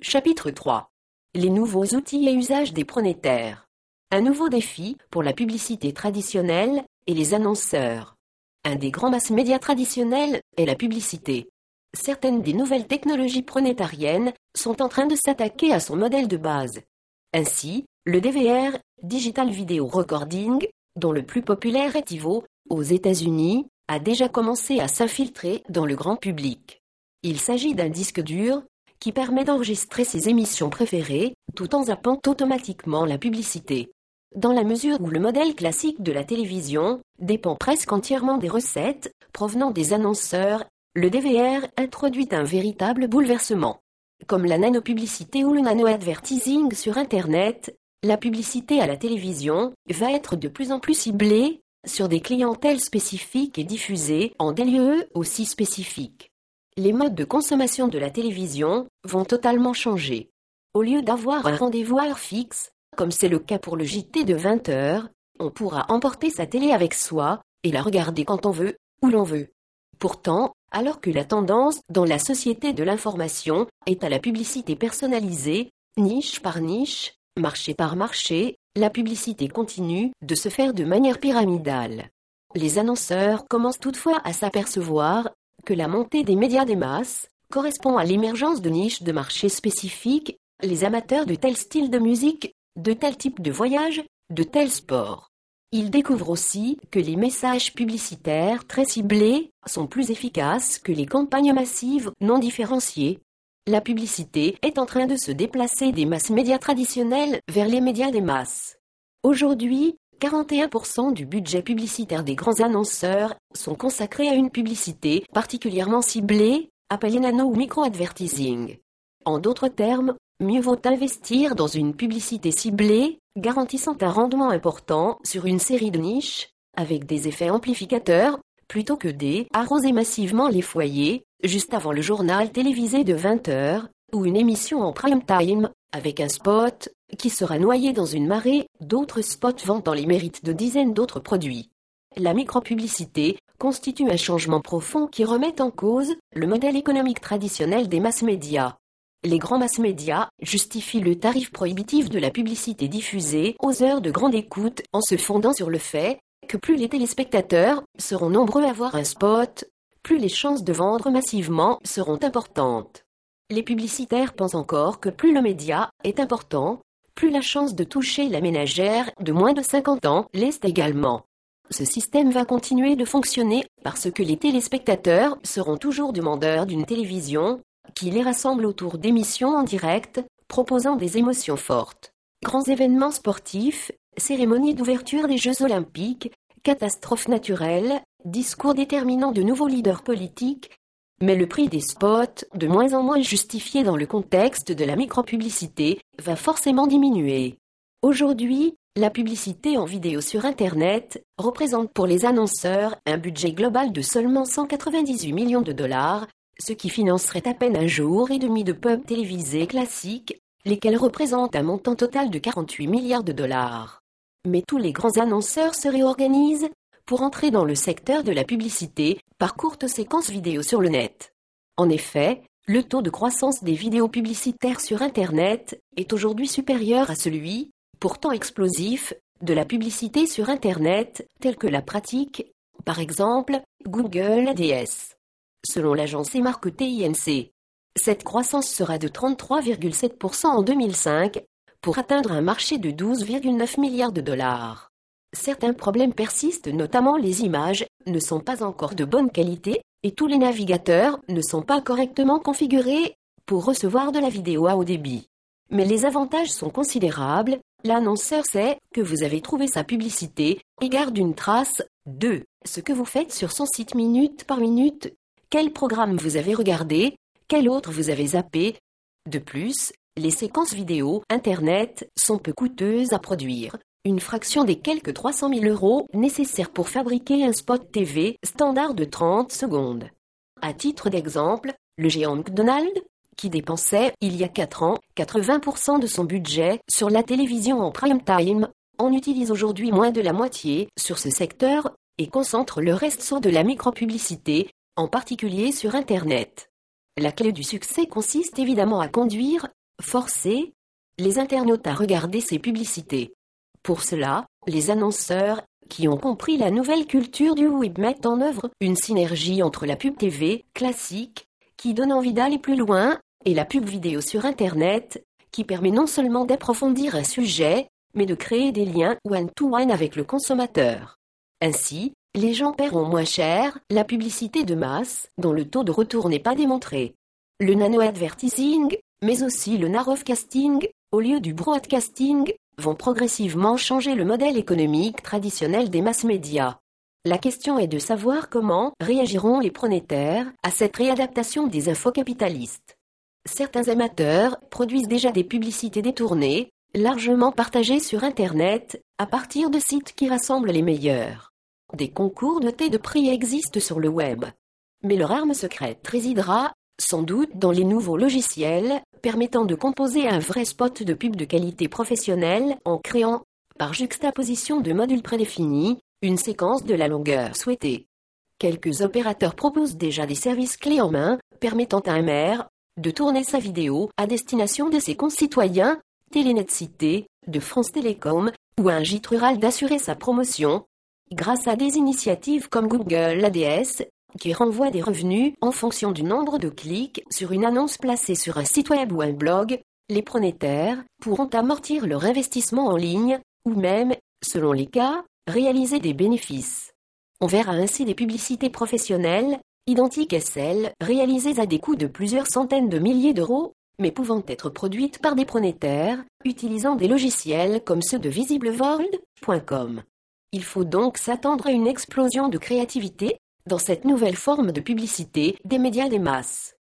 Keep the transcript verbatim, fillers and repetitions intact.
Chapitre trois. Les nouveaux outils et usages des pronétaires. Un nouveau défi pour la publicité traditionnelle et les annonceurs. Un des grands mass-médias traditionnels est la publicité. Certaines des nouvelles technologies pronétariennes sont en train de s'attaquer à son modèle de base. Ainsi, le D V R, Digital Video Recording, dont le plus populaire est TiVo, aux États-Unis, a déjà commencé à s'infiltrer dans le grand public. Il s'agit d'un disque dur qui permet d'enregistrer ses émissions préférées tout en zappant automatiquement la publicité. Dans la mesure où le modèle classique de la télévision dépend presque entièrement des recettes provenant des annonceurs, le D V R introduit un véritable bouleversement. Comme la nanopublicité ou le nano-advertising sur Internet, la publicité à la télévision va être de plus en plus ciblée sur des clientèles spécifiques et diffusée en des lieux aussi spécifiques. Les modes de consommation de la télévision vont totalement changer. Au lieu d'avoir un rendez-vous à heure fixe, comme c'est le cas pour le J T de vingt heures, on pourra emporter sa télé avec soi et la regarder quand on veut, où l'on veut. Pourtant, alors que la tendance dans la société de l'information est à la publicité personnalisée, niche par niche, marché par marché, la publicité continue de se faire de manière pyramidale. Les annonceurs commencent toutefois à s'apercevoir que la montée des médias des masses correspond à l'émergence de niches de marché spécifiques, les amateurs de tel style de musique, de tel type de voyage, de tel sport. Ils découvrent aussi que les messages publicitaires très ciblés sont plus efficaces que les campagnes massives non différenciées. La publicité est en train de se déplacer des masses médias traditionnels vers les médias des masses. Aujourd'hui, quarante et un pour cent du budget publicitaire des grands annonceurs sont consacrés à une publicité particulièrement ciblée, appelée nano ou micro-advertising. En d'autres termes, mieux vaut investir dans une publicité ciblée, garantissant un rendement important sur une série de niches, avec des effets amplificateurs, plutôt que d'arroser massivement les foyers, juste avant le journal télévisé de vingt heures, ou une émission en prime time, avec un spot qui sera noyé dans une marée d'autres spots vantant les mérites de dizaines d'autres produits. La micropublicité constitue un changement profond qui remet en cause le modèle économique traditionnel des mass-médias. Les grands mass-médias justifient le tarif prohibitif de la publicité diffusée aux heures de grande écoute en se fondant sur le fait que plus les téléspectateurs seront nombreux à voir un spot, plus les chances de vendre massivement seront importantes. Les publicitaires pensent encore que plus le média est important, plus la chance de toucher la ménagère de moins de cinquante ans l'est également. Ce système va continuer de fonctionner parce que les téléspectateurs seront toujours demandeurs d'une télévision qui les rassemble autour d'émissions en direct, proposant des émotions fortes. Grands événements sportifs, cérémonies d'ouverture des Jeux Olympiques, catastrophes naturelles, discours déterminant de nouveaux leaders politiques, mais le prix des spots, de moins en moins justifié dans le contexte de la micropublicité, va forcément diminuer. Aujourd'hui, la publicité en vidéo sur Internet représente pour les annonceurs un budget global de seulement cent quatre-vingt-dix-huit millions de dollars, ce qui financerait à peine un jour et demi de pubs télévisés classiques, lesquels représentent un montant total de quarante-huit milliards de dollars. Mais tous les grands annonceurs se réorganisent pour entrer dans le secteur de la publicité par courtes séquences vidéo sur le net. En effet, le taux de croissance des vidéos publicitaires sur Internet est aujourd'hui supérieur à celui, pourtant explosif, de la publicité sur Internet, telle que la pratique, par exemple, Google A D S. Selon l'agence Emark T I N C, cette croissance sera de trente-trois virgule sept pour cent en deux mille cinq, pour atteindre un marché de douze virgule neuf milliards de dollars. Certains problèmes persistent, notamment les images ne sont pas encore de bonne qualité et tous les navigateurs ne sont pas correctement configurés pour recevoir de la vidéo à haut débit. Mais les avantages sont considérables, l'annonceur sait que vous avez trouvé sa publicité et garde une trace de ce que vous faites sur son site minute par minute, quel programme vous avez regardé, quel autre vous avez zappé. De plus, les séquences vidéo Internet sont peu coûteuses à produire. Une fraction des quelques trois cent mille euros nécessaires pour fabriquer un spot T V standard de trente secondes. À titre d'exemple, le géant McDonald's, qui dépensait, il y a quatre ans, quatre-vingts pour cent de son budget sur la télévision en prime time, en utilise aujourd'hui moins de la moitié sur ce secteur et concentre le reste sur de la micropublicité, en particulier sur Internet. La clé du succès consiste évidemment à conduire forcer les internautes à regarder ces publicités. Pour cela, les annonceurs, qui ont compris la nouvelle culture du web, mettent en œuvre une synergie entre la pub T V classique, qui donne envie d'aller plus loin, et la pub vidéo sur Internet, qui permet non seulement d'approfondir un sujet, mais de créer des liens one-to-one avec le consommateur. Ainsi, les gens paieront moins cher la publicité de masse, dont le taux de retour n'est pas démontré. Le nano-advertising, mais aussi le narrowcasting, au lieu du broadcasting, vont progressivement changer le modèle économique traditionnel des mass médias. La question est de savoir comment réagiront les pronétaires à cette réadaptation des infocapitalistes. Certains amateurs produisent déjà des publicités détournées, largement partagées sur Internet, à partir de sites qui rassemblent les meilleurs. Des concours notés de prix existent sur le web. Mais leur arme secrète résidera, sans doute, dans les nouveaux logiciels, permettant de composer un vrai spot de pub de qualité professionnelle en créant, par juxtaposition de modules prédéfinis, une séquence de la longueur souhaitée. Quelques opérateurs proposent déjà des services clés en main, permettant à un maire de tourner sa vidéo à destination de ses concitoyens, Télénet Cité, de France Télécom, ou à un gîte rural d'assurer sa promotion, grâce à des initiatives comme Google A D S, qui renvoie des revenus en fonction du nombre de clics sur une annonce placée sur un site web ou un blog. Les pronétaires pourront amortir leur investissement en ligne, ou même, selon les cas, réaliser des bénéfices. On verra ainsi des publicités professionnelles, identiques à celles réalisées à des coûts de plusieurs centaines de milliers d'euros, mais pouvant être produites par des pronétaires, utilisant des logiciels comme ceux de visibleworld point com. Il faut donc s'attendre à une explosion de créativité dans cette nouvelle forme de publicité des médias des masses.